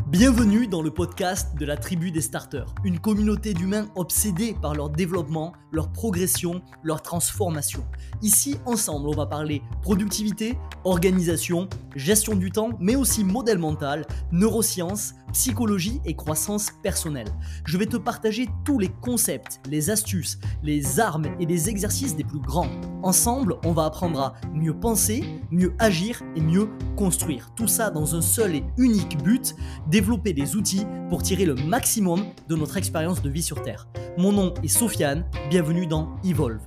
Bienvenue dans le podcast de la tribu des starters, une communauté d'humains obsédés par leur développement, leur progression, leur transformation. Ici, ensemble, on va parler productivité, organisation, gestion du temps, mais aussi modèle mental, neurosciences, psychologie et croissance personnelle. Je vais te partager tous les concepts, les astuces, les armes et les exercices des plus grands. Ensemble, on va apprendre à mieux penser, mieux agir et mieux construire. Tout ça dans un seul et unique but, développer des outils pour tirer le maximum de notre expérience de vie sur Terre. Mon nom est Sofiane, bienvenue dans Evolve.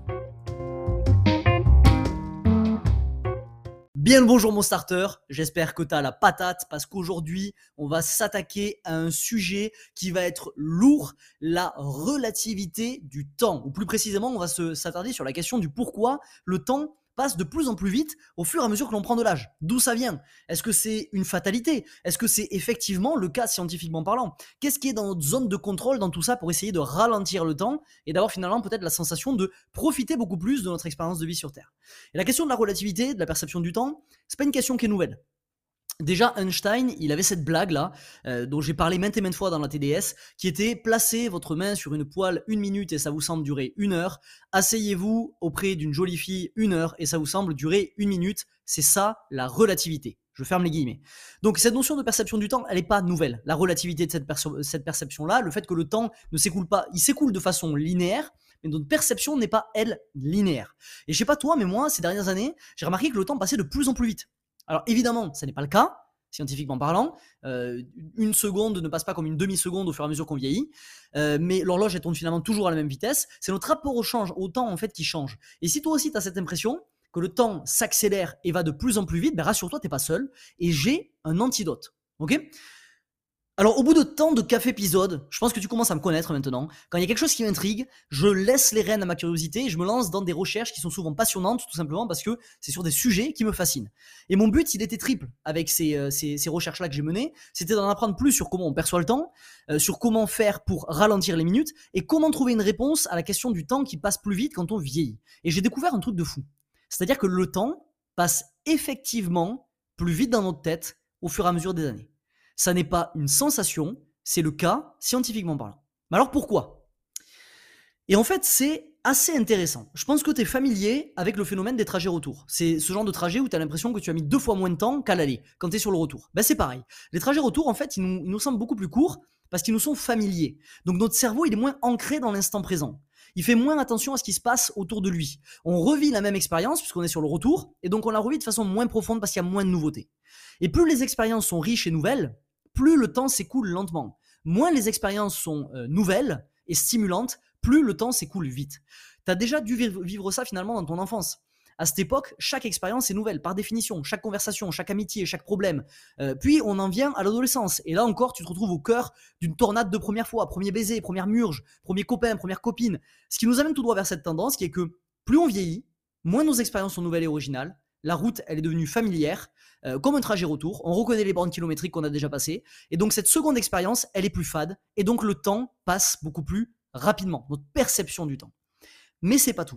Bien le bonjour mon starter, j'espère que tu as la patate parce qu'aujourd'hui on va s'attaquer à un sujet qui va être lourd, la relativité du temps. Ou plus précisément on va s'attarder sur la question du pourquoi le temps passe de plus en plus vite au fur et à mesure que l'on prend de l'âge. D'où ça vient? Est-ce que c'est une fatalité? Est-ce que c'est effectivement le cas scientifiquement parlant? Qu'est-ce qui est dans notre zone de contrôle dans tout ça pour essayer de ralentir le temps et d'avoir finalement peut-être la sensation de profiter beaucoup plus de notre expérience de vie sur Terre? Et la question de la relativité, de la perception du temps, c'est pas une question qui est nouvelle. Déjà, Einstein, il avait cette blague-là, dont j'ai parlé maintes et maintes fois dans la TDS, qui était « Placez votre main sur une poêle 1 minute et ça vous semble durer 1 heure. Asseyez-vous auprès d'une jolie fille 1 heure et ça vous semble durer 1 minute. » C'est ça, la relativité. Je ferme les guillemets. Donc, cette notion de perception du temps, elle n'est pas nouvelle. La relativité de cette perception-là, le fait que le temps ne s'écoule pas, il s'écoule de façon linéaire, mais notre perception n'est pas, elle, linéaire. Et je sais pas toi, mais moi, ces dernières années, j'ai remarqué que le temps passait de plus en plus vite. Alors évidemment, ça n'est pas le cas, scientifiquement parlant. Une seconde ne passe pas comme une demi-seconde au fur et à mesure qu'on vieillit, mais l'horloge elle tourne finalement toujours à la même vitesse. C'est notre rapport au temps en fait qui change. Et si toi aussi tu as cette impression que le temps s'accélère et va de plus en plus vite, ben rassure-toi, tu n'es pas seul et j'ai un antidote. Ok ? Alors, au bout de tant de café-épisodes, je pense que tu commences à me connaître maintenant. Quand il y a quelque chose qui m'intrigue, je laisse les rênes à ma curiosité et je me lance dans des recherches qui sont souvent passionnantes, tout simplement parce que c'est sur des sujets qui me fascinent. Et mon but, il était triple avec ces recherches-là que j'ai menées. C'était d'en apprendre plus sur comment on perçoit le temps, sur comment faire pour ralentir les minutes et comment trouver une réponse à la question du temps qui passe plus vite quand on vieillit. Et j'ai découvert un truc de fou. C'est-à-dire que le temps passe effectivement plus vite dans notre tête au fur et à mesure des années. Ça n'est pas une sensation, c'est le cas scientifiquement parlant. Mais alors pourquoi? Et en fait, c'est assez intéressant. Je pense que tu es familier avec le phénomène des trajets retour. C'est ce genre de trajet où tu as l'impression que tu as mis 2 fois moins de temps qu'à l'aller, quand tu es sur le retour. Ben c'est pareil. Les trajets retour, en fait, ils nous semblent beaucoup plus courts parce qu'ils nous sont familiers. Donc notre cerveau, il est moins ancré dans l'instant présent. Il fait moins attention à ce qui se passe autour de lui. On revit la même expérience puisqu'on est sur le retour, et donc on la revit de façon moins profonde parce qu'il y a moins de nouveautés. Et plus les expériences sont riches et nouvelles, plus le temps s'écoule lentement. Moins les expériences sont nouvelles et stimulantes, plus le temps s'écoule vite. Tu as déjà dû vivre ça finalement dans ton enfance. À cette époque, chaque expérience est nouvelle, par définition, chaque conversation, chaque amitié, chaque problème. Puis on en vient à l'adolescence, et là encore, tu te retrouves au cœur d'une tornade de première fois, premier baiser, première murge, premier copain, première copine. Ce qui nous amène tout droit vers cette tendance qui est que plus on vieillit, moins nos expériences sont nouvelles et originales. La route, elle est devenue familière, comme un trajet retour. On reconnaît les bornes kilométriques qu'on a déjà passées. Et donc, cette seconde expérience, elle est plus fade. Et donc, le temps passe beaucoup plus rapidement, notre perception du temps. Mais c'est pas tout.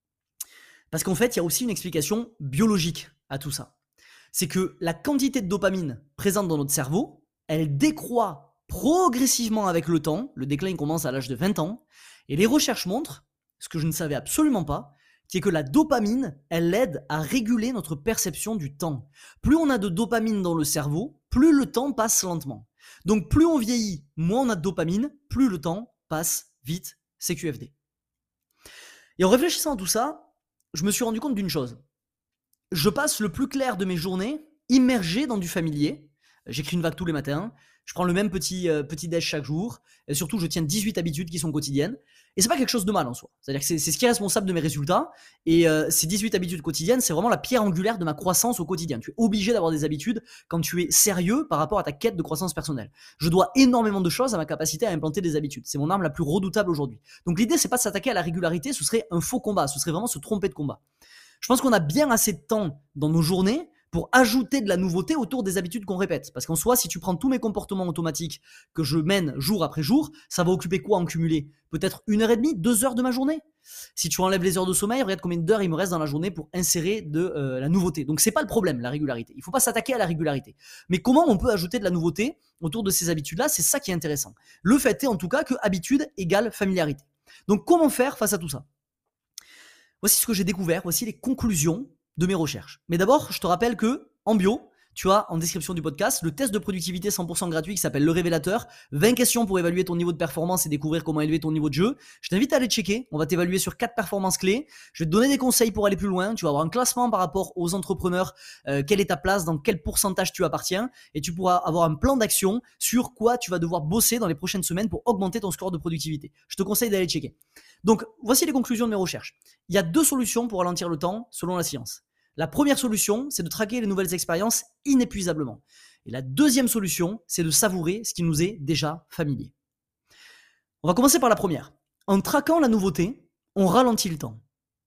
Parce qu'en fait, il y a aussi une explication biologique à tout ça. C'est que la quantité de dopamine présente dans notre cerveau, elle décroît progressivement avec le temps. Le déclin commence à l'âge de 20 ans. Et les recherches montrent, ce que je ne savais absolument pas, qui est que la dopamine, elle aide à réguler notre perception du temps. Plus on a de dopamine dans le cerveau, plus le temps passe lentement. Donc plus on vieillit, moins on a de dopamine, plus le temps passe vite, CQFD. Et en réfléchissant à tout ça, je me suis rendu compte d'une chose. Je passe le plus clair de mes journées immergé dans du familier. J'écris une vague tous les matins, je prends le même petit déj chaque jour, et surtout je tiens 18 habitudes qui sont quotidiennes, et c'est pas quelque chose de mal en soi. C'est-à-dire que c'est ce qui est responsable de mes résultats, et ces 18 habitudes quotidiennes, c'est vraiment la pierre angulaire de ma croissance au quotidien. Tu es obligé d'avoir des habitudes quand tu es sérieux par rapport à ta quête de croissance personnelle. Je dois énormément de choses à ma capacité à implanter des habitudes. C'est mon arme la plus redoutable aujourd'hui. Donc l'idée, c'est pas de s'attaquer à la régularité, ce serait un faux combat, ce serait vraiment se tromper de combat. Je pense qu'on a bien assez de temps dans nos journées pour ajouter de la nouveauté autour des habitudes qu'on répète. Parce qu'en soi, si tu prends tous mes comportements automatiques que je mène jour après jour, ça va occuper quoi en cumulé? Peut-être 1h30, 2 heures de ma journée. Si tu enlèves les heures de sommeil, regarde combien d'heures il me reste dans la journée pour insérer de la nouveauté. Donc c'est pas le problème, la régularité. Il faut pas s'attaquer à la régularité. Mais comment on peut ajouter de la nouveauté autour de ces habitudes-là? C'est ça qui est intéressant. Le fait est en tout cas que habitude égale familiarité. Donc comment faire face à tout ça? Voici ce que j'ai découvert, voici les conclusions de mes recherches. Mais d'abord, je te rappelle que en bio, tu as en description du podcast le test de productivité 100% gratuit qui s'appelle Le Révélateur. 20 questions pour évaluer ton niveau de performance et découvrir comment élever ton niveau de jeu. Je t'invite à aller checker. On va t'évaluer sur 4 performances clés. Je vais te donner des conseils pour aller plus loin. Tu vas avoir un classement par rapport aux entrepreneurs. Quelle est ta place, dans quel pourcentage tu appartiens. Et tu pourras avoir un plan d'action sur quoi tu vas devoir bosser dans les prochaines semaines pour augmenter ton score de productivité. Je te conseille d'aller checker. Donc, voici les conclusions de mes recherches. Il y a 2 solutions pour ralentir le temps selon la science. La première solution, c'est de traquer les nouvelles expériences inépuisablement. Et la deuxième solution, c'est de savourer ce qui nous est déjà familier. On va commencer par la première. En traquant la nouveauté, on ralentit le temps.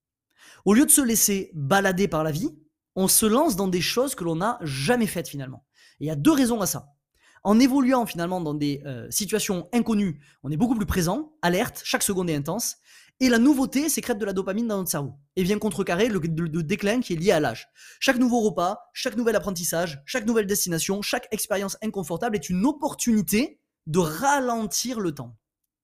Au lieu de se laisser balader par la vie, on se lance dans des choses que l'on n'a jamais faites finalement. Et il y a 2 raisons à ça. En évoluant finalement dans des situations inconnues, on est beaucoup plus présent, alerte, chaque seconde est intense. Et la nouveauté sécrète de la dopamine dans notre cerveau et vient contrecarrer le déclin qui est lié à l'âge. Chaque nouveau repas, chaque nouvel apprentissage, chaque nouvelle destination, chaque expérience inconfortable est une opportunité de ralentir le temps.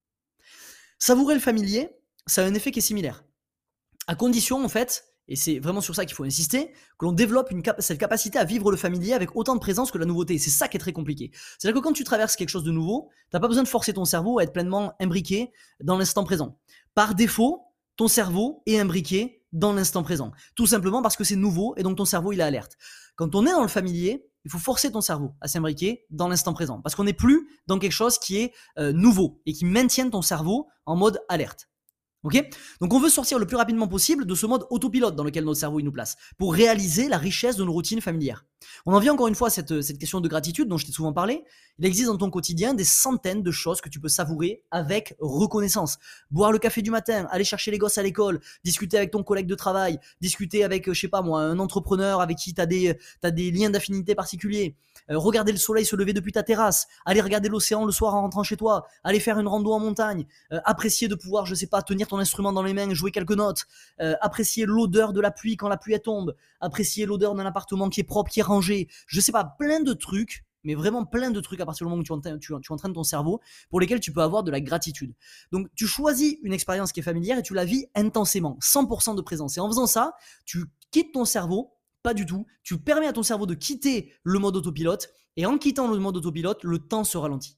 Savourer le familier, ça a un effet qui est similaire. À condition, en fait, et c'est vraiment sur ça qu'il faut insister, que l'on développe cette capacité à vivre le familier avec autant de présence que la nouveauté. C'est ça qui est très compliqué. C'est-à-dire que quand tu traverses quelque chose de nouveau, tu n'as pas besoin de forcer ton cerveau à être pleinement imbriqué dans l'instant présent. Par défaut, ton cerveau est imbriqué dans l'instant présent. Tout simplement parce que c'est nouveau et donc ton cerveau il est alerte. Quand on est dans le familier, il faut forcer ton cerveau à s'imbriquer dans l'instant présent. Parce qu'on n'est plus dans quelque chose qui est nouveau et qui maintient ton cerveau en mode alerte. Okay, donc on veut sortir le plus rapidement possible de ce mode autopilote dans lequel notre cerveau il nous place pour réaliser la richesse de nos routines familières. On en vient encore une fois à cette question de gratitude dont je t'ai souvent parlé. Il existe dans ton quotidien des centaines de choses que tu peux savourer avec reconnaissance. Boire le café du matin, aller chercher les gosses à l'école, discuter avec ton collègue de travail, discuter avec, je sais pas moi, un entrepreneur avec qui t'as des liens d'affinité particuliers, regarder le soleil se lever depuis ta terrasse, aller regarder l'océan le soir en rentrant chez toi, aller faire une rando en montagne, apprécier de pouvoir, je sais pas, tenir ton instrument dans les mains et jouer quelques notes, apprécier l'odeur de la pluie quand la pluie tombe, apprécier l'odeur d'un appartement qui est propre, qui est rangé, je sais pas, plein de trucs, mais vraiment plein de trucs à partir du moment où tu entraînes ton cerveau pour lesquels tu peux avoir de la gratitude. Donc tu choisis une expérience qui est familière et tu la vis intensément, 100% de présence. Et en faisant ça, tu quittes ton cerveau, pas du tout, tu permets à ton cerveau de quitter le mode autopilote et en quittant le mode autopilote, le temps se ralentit.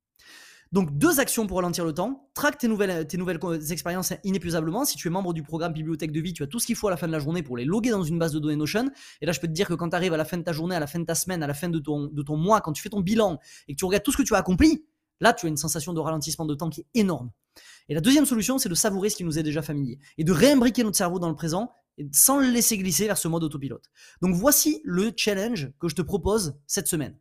Donc 2 actions pour ralentir le temps. Traque tes nouvelles expériences inépuisablement. Si tu es membre du programme Bibliothèque de vie, tu as tout ce qu'il faut à la fin de la journée pour les loguer dans une base de données Notion. Et là, je peux te dire que quand tu arrives à la fin de ta journée, à la fin de ta semaine, à la fin de ton mois, quand tu fais ton bilan et que tu regardes tout ce que tu as accompli, là, tu as une sensation de ralentissement de temps qui est énorme. Et la deuxième solution, c'est de savourer ce qui nous est déjà familier et de réimbriquer notre cerveau dans le présent sans le laisser glisser vers ce mode autopilote. Donc voici le challenge que je te propose cette semaine.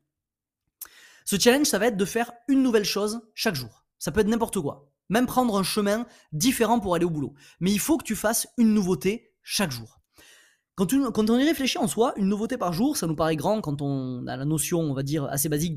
Ce challenge, ça va être de faire une nouvelle chose chaque jour. Ça peut être n'importe quoi. Même prendre un chemin différent pour aller au boulot. Mais il faut que tu fasses une nouveauté chaque jour. Quand on y réfléchit en soi, une nouveauté par jour, ça nous paraît grand quand on a la notion, on va dire, assez basique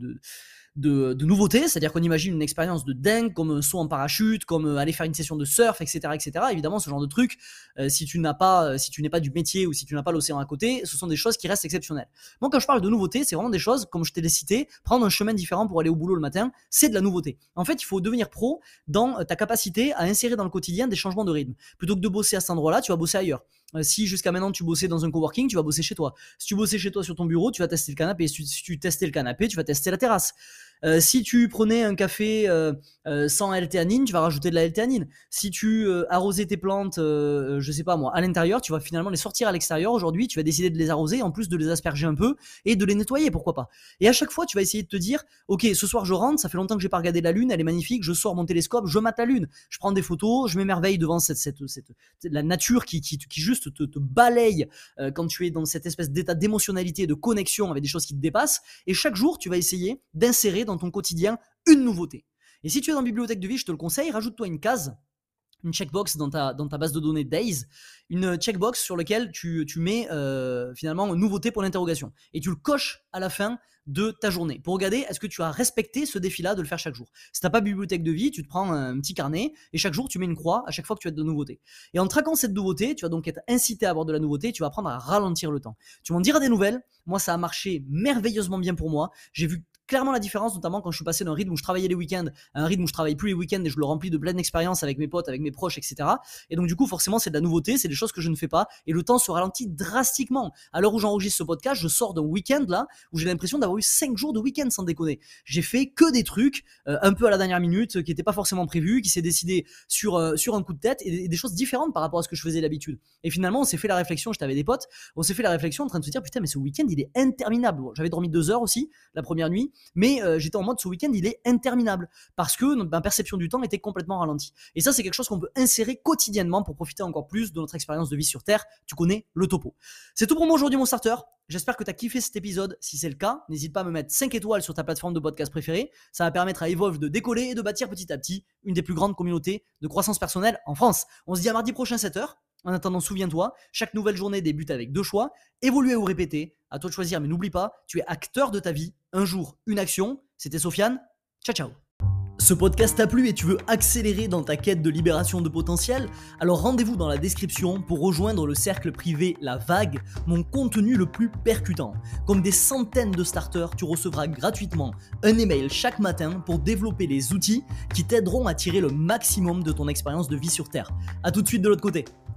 de nouveauté, c'est-à-dire qu'on imagine une expérience de dingue, comme un saut en parachute, comme aller faire une session de surf, etc., etc. Évidemment, ce genre de truc, si tu n'es pas du métier ou si tu n'as pas l'océan à côté, ce sont des choses qui restent exceptionnelles. Moi, quand je parle de nouveauté, c'est vraiment des choses, comme je t'ai cité, prendre un chemin différent pour aller au boulot le matin, c'est de la nouveauté. En fait, il faut devenir pro dans ta capacité à insérer dans le quotidien des changements de rythme. Plutôt que de bosser à cet endroit-là, tu vas bosser ailleurs. Si jusqu'à maintenant tu bossais dans un coworking, tu vas bosser chez toi. Si tu bossais chez toi sur ton bureau, tu vas tester le canapé. Si tu testais le canapé, tu vas tester la terrasse. Si tu prenais un café sans L-théanine, tu vas rajouter de la L-théanine. Si tu arrosais tes plantes, je sais pas moi, à l'intérieur, tu vas finalement les sortir à l'extérieur. Aujourd'hui, tu vas décider de les arroser, en plus de les asperger un peu et de les nettoyer, pourquoi pas. Et à chaque fois, tu vas essayer de te dire, ok, ce soir je rentre, ça fait longtemps que j'ai pas regardé la lune, elle est magnifique, je sors mon télescope, je mate la lune, je prends des photos, je m'émerveille devant la nature qui juste te balaye quand tu es dans cette espèce d'état d'émotionnalité, de connexion avec des choses qui te dépassent. Et chaque jour, tu vas essayer d'insérer dans ton quotidien une nouveauté. Et si tu es dans la bibliothèque de vie, je te le conseille, rajoute-toi une case une checkbox dans ta base de données Days, une checkbox sur laquelle tu mets finalement nouveauté pour l'interrogation et tu le coches à la fin de ta journée pour regarder est-ce que tu as respecté ce défi-là de le faire chaque jour. Si t'as pas bibliothèque de vie, tu te prends un petit carnet et chaque jour tu mets une croix à chaque fois que tu as de nouveautés. Et en traquant cette nouveauté, tu vas donc être incité à avoir de la nouveauté, tu vas apprendre à ralentir le temps. Tu m'en diras des nouvelles. Moi, ça a marché merveilleusement bien pour moi. J'ai vu clairement la différence, notamment quand je suis passé d'un rythme où je travaillais les week-ends à un rythme où je travaille plus les week-ends et je le remplis de pleine expérience avec mes potes, avec mes proches, etc. Et donc du coup, forcément, c'est de la nouveauté, c'est des choses que je ne fais pas et le temps se ralentit drastiquement. À l'heure où j'enregistre ce podcast, je sors d'un week-end là où j'ai l'impression d'avoir eu 5 jours de week-end sans déconner. J'ai fait que des trucs un peu à la dernière minute, qui n'étaient pas forcément prévus, qui s'est décidé sur un coup de tête et des choses différentes par rapport à ce que je faisais d'habitude. Et finalement, on s'est fait la réflexion, j'étais avec des potes, on s'est fait la réflexion en train de se dire putain, mais ce week-end il est interminable. Bon, j'avais dormi 2 heures aussi la première nuit, mais j'étais en mode ce week-end il est interminable parce que ma perception du temps était complètement ralentie. Et ça, c'est quelque chose qu'on peut insérer quotidiennement pour profiter encore plus de notre expérience de vie sur Terre. Tu connais le topo. C'est tout pour moi aujourd'hui, mon starter. J'espère que tu as kiffé cet épisode. Si c'est le cas, n'hésite pas à me mettre 5 étoiles sur ta plateforme de podcast préférée. Ça va permettre à Evolve de décoller et de bâtir petit à petit une des plus grandes communautés de croissance personnelle en France. On se dit à mardi prochain 7h. En attendant, souviens-toi, chaque nouvelle journée débute avec 2 choix. Évoluer ou répéter. À toi de choisir, mais n'oublie pas, tu es acteur de ta vie. Un jour, une action. C'était Sofiane. Ciao, ciao. Ce podcast t'a plu et tu veux accélérer dans ta quête de libération de potentiel? Alors rendez-vous dans la description pour rejoindre le cercle privé La Vague, mon contenu le plus percutant. Comme des centaines de starters, tu recevras gratuitement un email chaque matin pour développer les outils qui t'aideront à tirer le maximum de ton expérience de vie sur Terre. A tout de suite de l'autre côté.